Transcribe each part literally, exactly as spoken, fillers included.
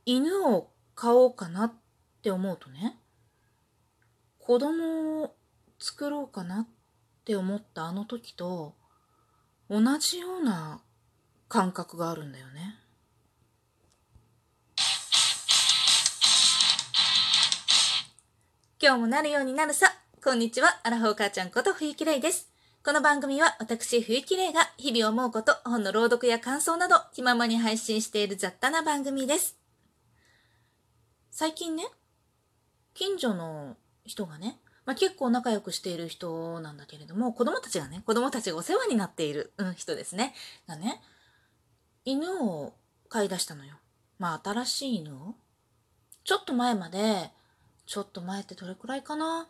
犬を飼おうかなって思うとね、子供を作ろうかなって思ったあの時と同じような感覚があるんだよね。今日もなるようになるさ。こんにちは、アラフォー母ちゃんこと冬木玲です。この番組は私冬木玲が日々思うこと、本の朗読や感想など気ままに配信している雑多な番組です。最近ね、近所の人がね、まあ、結構仲良くしている人なんだけれども、子供たちがね、子供たちがお世話になっている、うん、人ですね。がね、犬を飼い出したのよ。まあ新しい犬を。ちょっと前まで、ちょっと前ってどれくらいかな。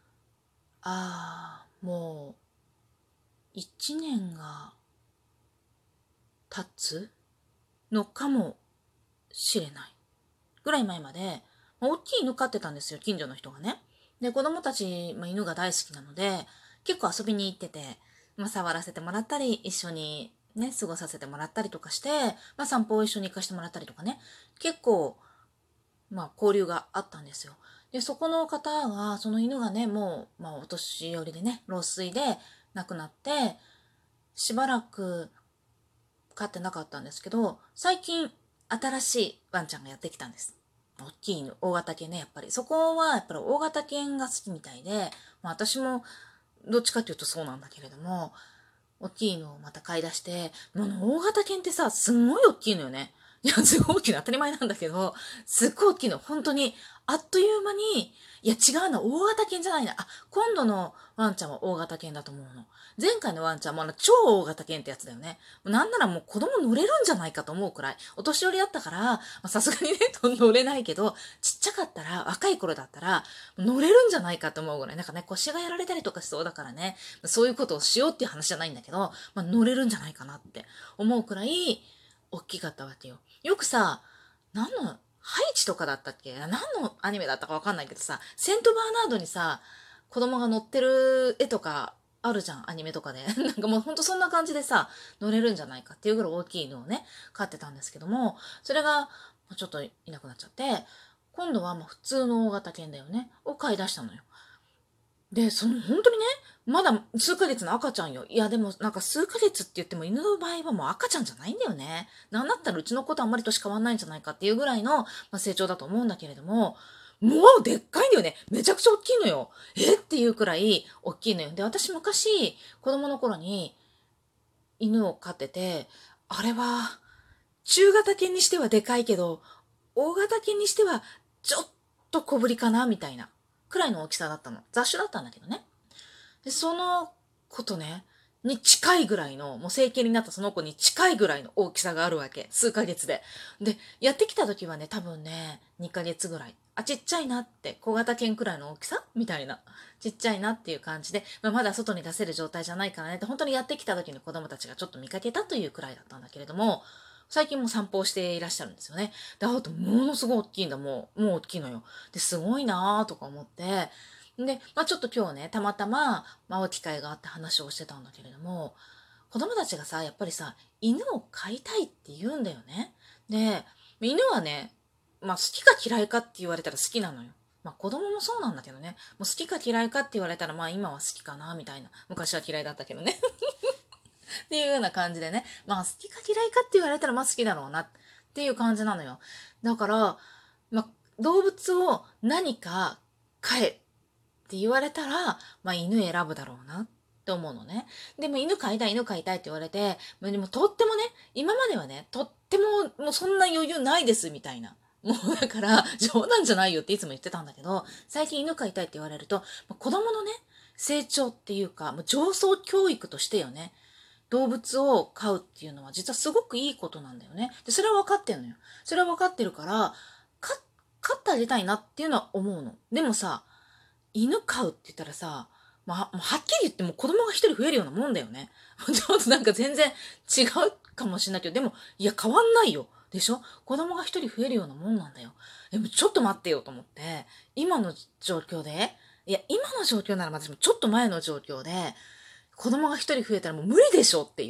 ああ、もう、一年が経つのかもしれない。ぐらい前まで、大きい犬飼ってたんですよ、近所の人がね。で、子供たち、まあ、犬が大好きなので、結構遊びに行ってて、まあ、触らせてもらったり、一緒にね、過ごさせてもらったりとかして、まあ、散歩を一緒に行かせてもらったりとかね、結構、まあ、交流があったんですよ。で、そこの方が、その犬がね、もう、まあ、お年寄りでね、老衰で亡くなって、しばらく飼ってなかったんですけど、最近、新しいワンちゃんがやってきたんです。大きい犬、大型犬ね、やっぱり。そこはやっぱり大型犬が好きみたいで、まあ私もどっちかっていうとそうなんだけれども、大きいのをまた買い出して、もう大型犬ってさ、すんごい大きいのよね。いや、すごい大きいの当たり前なんだけど、すっごい大きいの。本当に、あっという間に、いや違うな、大型犬じゃないな。あ、今度のワンちゃんは大型犬だと思うの。前回のワンちゃんもあの超大型犬ってやつだよね。なんならもう子供乗れるんじゃないかと思うくらい。お年寄りだったから、さすがにね、乗れないけど、ちっちゃかったら、若い頃だったら、乗れるんじゃないかと思うぐらい。なんかね、腰がやられたりとかしそうだからね、そういうことをしようっていう話じゃないんだけど、まあ、乗れるんじゃないかなって思うくらい、大きかったわけよ。よくさ、何の、ハイチとかだったっけ、何のアニメだったかわかんないけどさ、セントバーナードにさ、子供が乗ってる絵とかあるじゃん、アニメとかで。なんかもうほんとそんな感じでさ、乗れるんじゃないかっていうぐらい大きいのをね、飼ってたんですけども、それがちょっといなくなっちゃって、今度はまあ普通の大型犬だよね、を飼い出したのよ。で、その本当にね、まだ数ヶ月の赤ちゃんよ。いやでもなんか数ヶ月って言っても犬の場合はもう赤ちゃんじゃないんだよね。なんだったらうちの子とあんまり年変わんないんじゃないかっていうぐらいの、まあ、成長だと思うんだけれども、もうでっかいんだよね。めちゃくちゃ大きいのよ。えっていうくらい大きいのよ。で、私昔子供の頃に犬を飼ってて、あれは中型犬にしてはでかいけど、大型犬にしてはちょっと小ぶりかなみたいなくらいの大きさだったの。雑種だったんだけどね。で、その子とね、に近いぐらいの、もう成犬になったその子に近いぐらいの大きさがあるわけ。数ヶ月で。で、やってきた時はね、多分ね、にかげつぐらい。あ、ちっちゃいなって、小型犬くらいの大きさみたいな。ちっちゃいなっていう感じで、まあ、まだ外に出せる状態じゃないからねって、本当にやってきた時に子供たちがちょっと見かけたというくらいだったんだけれども、最近も散歩をしていらっしゃるんですよね。で、会うとものすごい大きいんだ、もう、もう大きいのよ。で、すごいなーとか思って、で、まあちょっと今日ね、たまたま、まあ会う機会があって話をしてたんだけれども、子供たちがさ、やっぱりさ、犬を飼いたいって言うんだよね。で、犬はね、まあ好きか嫌いかって言われたら好きなのよ。まあ子供もそうなんだけどね。もう好きか嫌いかって言われたらまあ今は好きかな、みたいな。昔は嫌いだったけどね。っていうような感じでね。まあ好きか嫌いかって言われたらまあ好きだろうなっていう感じなのよ。だから、まあ動物を何か飼えって言われたら、まあ犬選ぶだろうなって思うのね。でも犬飼いたい、犬飼いたいって言われて、でもとってもね、今まではね、とってももうそんな余裕ないですみたいな。もうだから、冗談じゃないよっていつも言ってたんだけど、最近犬飼いたいって言われると、子供のね、成長っていうか、もう上層教育としてよね、動物を飼うっていうのは実はすごくいいことなんだよね。で、それは分かってんのよ。それは分かってるから、か、飼ってあげたいなっていうのは思うの。でもさ、犬飼うって言ったらさ、まあ、はっきり言っても子供が一人増えるようなもんだよね。ちょっとなんか全然違うかもしれないけど、でも、いや変わんないよ。でしょ、子供が一人増えるようなもんなんだよ。でもちょっと待ってよと思って、今の状況で、いや、今の状況なら私もちょっと前の状況で、子供が一人増えたらもう無理でしょっていう。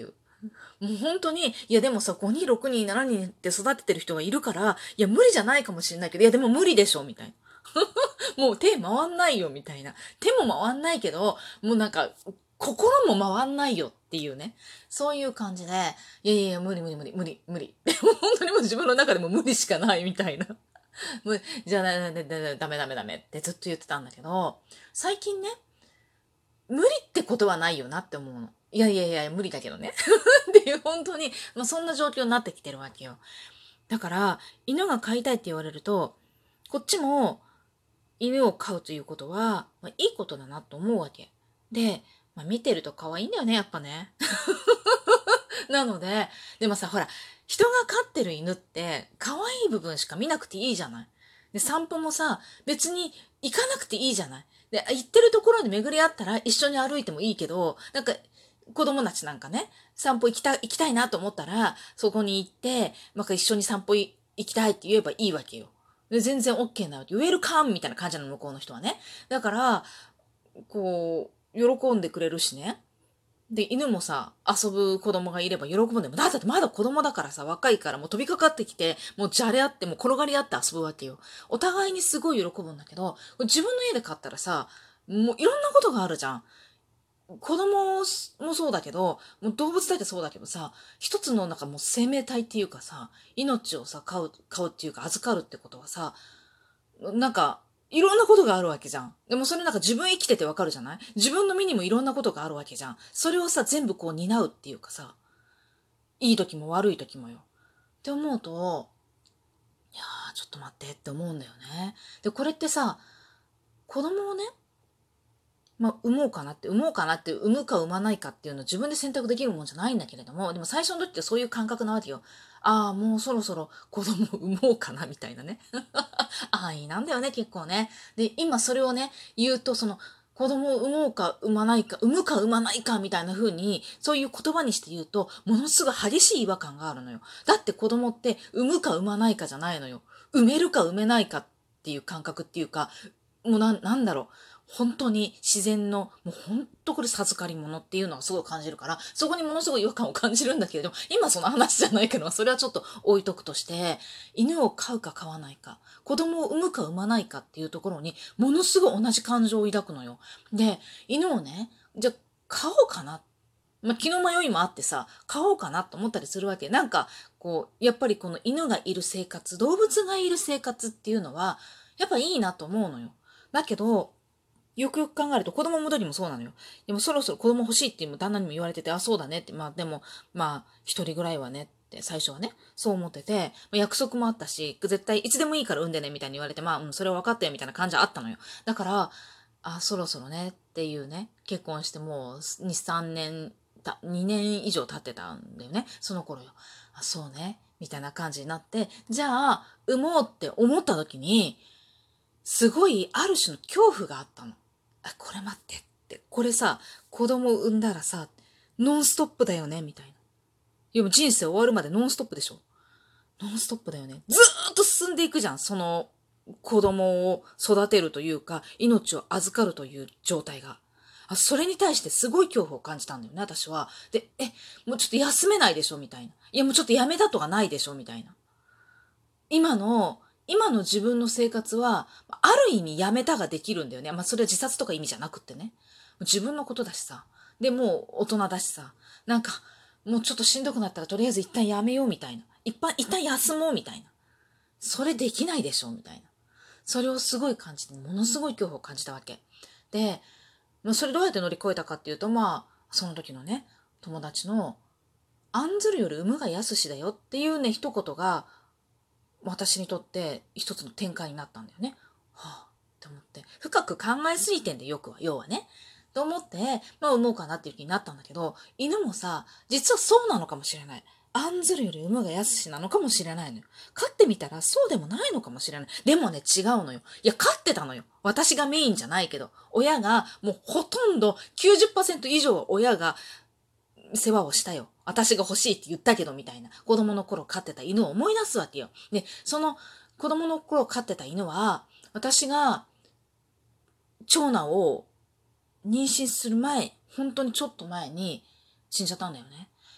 もう本当に、いやでもさ、ごにん、ろくにん、しちにんって育ててる人がいるから、いや無理じゃないかもしれないけど、いやでも無理でしょ、みたいな。もう手回んないよ、みたいな。手も回んないけど、もうなんか、心も回んないよっていうね。そういう感じで、いやいやいや、無理無理無理、無理、無理。本当にもう自分の中でも無理しかないみたいな。無じゃあ、ダメダメダメダメダメってずっと言ってたんだけど、最近ね、無理ってことはないよなって思うの。いやいやいや、無理だけどね。っていう、本当に、まあ、そんな状況になってきてるわけよ。だから、犬が飼いたいって言われると、こっちも犬を飼うということは、まあ、いいことだなと思うわけ。で、まあ、見てると可愛いんだよね、やっぱね。なので、でもさ、ほら、人が飼ってる犬って可愛い部分しか見なくていいじゃない。で、散歩もさ、別に行かなくていいじゃない。で、行ってるところに巡り合ったら一緒に歩いてもいいけど、なんか、子供たちなんかね、散歩行きたい、行きたいなと思ったら、そこに行って、なんか一緒に散歩行きたいって言えばいいわけよ。で、全然 OK なわけ。ウェルカムみたいな感じなの、向こうの人はね。だから、こう、喜んでくれるしね。で、犬もさ、遊ぶ子供がいれば喜ぶんでも、だってまだ子供だからさ、若いからもう飛びかかってきて、もうじゃれ合って、もう転がり合って遊ぶわけよ。お互いにすごい喜ぶんだけど、自分の家で飼ったらさ、もういろんなことがあるじゃん。子供もそうだけど、もう動物だってそうだけどさ、一つのなんかもう生命体っていうかさ、命をさ、飼う、飼うっていうか預かるってことはさ、なんか、いろんなことがあるわけじゃん。でもそれなんか自分生きててわかるじゃない？自分の身にもいろんなことがあるわけじゃん。それをさ、全部こう担うっていうかさ、いい時も悪い時もよ。って思うと、いやー、ちょっと待ってって思うんだよね。で、これってさ、子供をね、まあ、産もうかなって、産もうかなって、産むか産まないかっていうのを自分で選択できるもんじゃないんだけれども、でも最初の時ってそういう感覚なわけよ。ああ、もうそろそろ子供を産もうかな、みたいなね。安易なんだよね、結構ね。で、今それをね、言うと、その、子供を産もうか産まないか、産むか産まないかみたいな風に、そういう言葉にして言うと、ものすごい激しい違和感があるのよ。だって子供って産むか産まないかじゃないのよ。産めるか産めないかっていう感覚っていうか、もうな、なんだろう。本当に自然の、もう本当これ授かり物っていうのはすごい感じるから、そこにものすごい違和感を感じるんだけれども、今その話じゃないけど、それはちょっと置いとくとして、犬を飼うか飼わないか、子供を産むか産まないかっていうところに、ものすごい同じ感情を抱くのよ。で、犬をね、じゃあ飼おうかな。まあ、気の迷いもあってさ、飼おうかなと思ったりするわけ。なんか、こう、やっぱりこの犬がいる生活、動物がいる生活っていうのは、やっぱいいなと思うのよ。だけど、よくよく考えると子供の時もそうなのよ。でもそろそろ子供欲しいって旦那にも言われてて、あ、そうだねって、まあでも、まあ一人ぐらいはねって最初はね、そう思ってて、まあ、約束もあったし、絶対いつでもいいから産んでねみたいに言われて、まあ、うん、それは分かったよみたいな感じはあったのよ。だから、あ、そろそろねっていうね、結婚してもうに、さんねん、たにねん以上経ってたんだよね。その頃よ。あ、そうね。みたいな感じになって、じゃあ、産もうって思った時に、すごいある種の恐怖があったの。あ、これ待ってって。これさ、子供産んだらさ、ノンストップだよねみたいな。いやもう人生終わるまでノンストップでしょ。ノンストップだよね。ずーっと進んでいくじゃん。その子供を育てるというか、命を預かるという状態が。あ、それに対してすごい恐怖を感じたんだよね、私は。で、え、もうちょっと休めないでしょみたいな。いやもうちょっとやめたとかないでしょみたいな。今の、今の自分の生活は、ある意味やめたができるんだよね。まあそれは自殺とか意味じゃなくってね。自分のことだしさ。で、もう大人だしさ。なんか、もうちょっとしんどくなったらとりあえず一旦やめようみたいな。一旦、一旦休もうみたいな。それできないでしょみたいな。それをすごい感じて、ものすごい恐怖を感じたわけ。で、まあそれどうやって乗り越えたかっていうと、まあ、その時のね、友達の、案ずるより産むが安しだよっていうね、一言が、私にとって一つの展開になったんだよね。はあ、って思って。深く考えすぎてんでよくは、要はね。と思って、まあ産もうかなっていう気になったんだけど、犬もさ、実はそうなのかもしれない。案ずるより産むが安しなのかもしれないのよ。飼ってみたらそうでもないのかもしれない。でもね、違うのよ。いや、飼ってたのよ。私がメインじゃないけど。親が、もうほとんどきゅうじゅっパーセント以上親が世話をしたよ。私が欲しいって言ったけどみたいな。子供の頃飼ってた犬を思い出すわけよ。で、その子供の頃飼ってた犬は、私が長男を妊娠する前、本当にちょっと前に死んじゃったんだよね。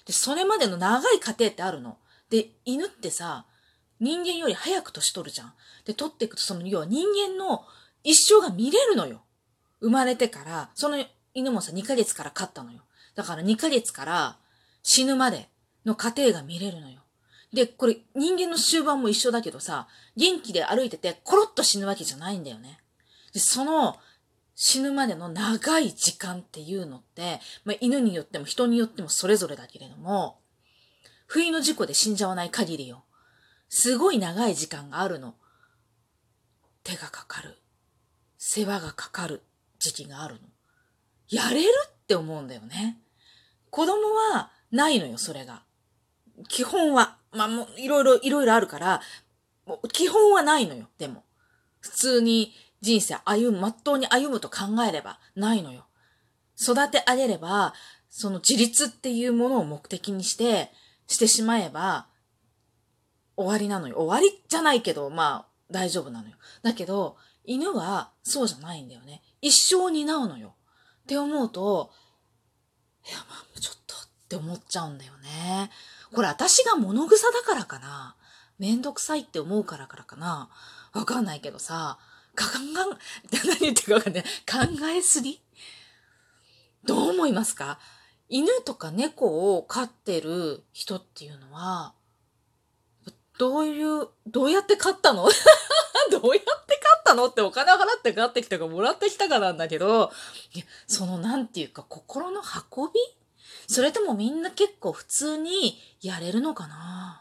で、それまでの長い過程ってあるの。で、犬ってさ、人間より早く年取るじゃん。で、取っていくと、その、要は人間の一生が見れるのよ。生まれてから、その犬もさ、にかげつから飼ったのよ。だからにかげつから死ぬまでの過程が見れるのよ。で、これ人間の終盤も一緒だけどさ、元気で歩いててコロッと死ぬわけじゃないんだよね。で、その死ぬまでの長い時間っていうのって、まあ、犬によっても人によってもそれぞれだけれども、不意の事故で死んじゃわない限りよ。すごい長い時間があるの。手がかかる。世話がかかる時期があるの。やれるって思うんだよね。子供はないのよ、それが。基本は。まあ、もう、いろいろ、いろいろあるから、もう基本はないのよ、でも。普通に人生歩む、まっとうに歩むと考えれば、ないのよ。育て上げれば、その自立っていうものを目的にして、してしまえば、終わりなのよ。終わりじゃないけど、まあ、大丈夫なのよ。だけど、犬はそうじゃないんだよね。一生担うのよ。って思うと、いや、まあ、ちょっとって思っちゃうんだよね。これ私が物臭だからかな。めんどくさいって思うからからかな。わかんないけどさ、考え、何言ってるかわかんない。考えすぎ？どう思いますか？犬とか猫を飼ってる人っていうのは、どういう、どうやって飼ったの？どうやって飼ったのってお金を払って飼ってきたかもらってきたかなんだけど、いやそのなんていうか心の運び？それともみんな結構普通にやれるのかな？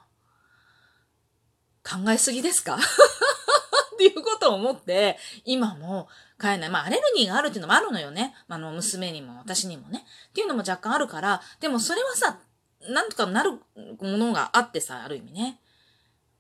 考えすぎですか？っていうことを思って、今も飼えない。まあ、アレルギーがあるっていうのもあるのよね。あの、娘にも私にもね。っていうのも若干あるから、でもそれはさ、なんとかなるものがあってさ、ある意味ね。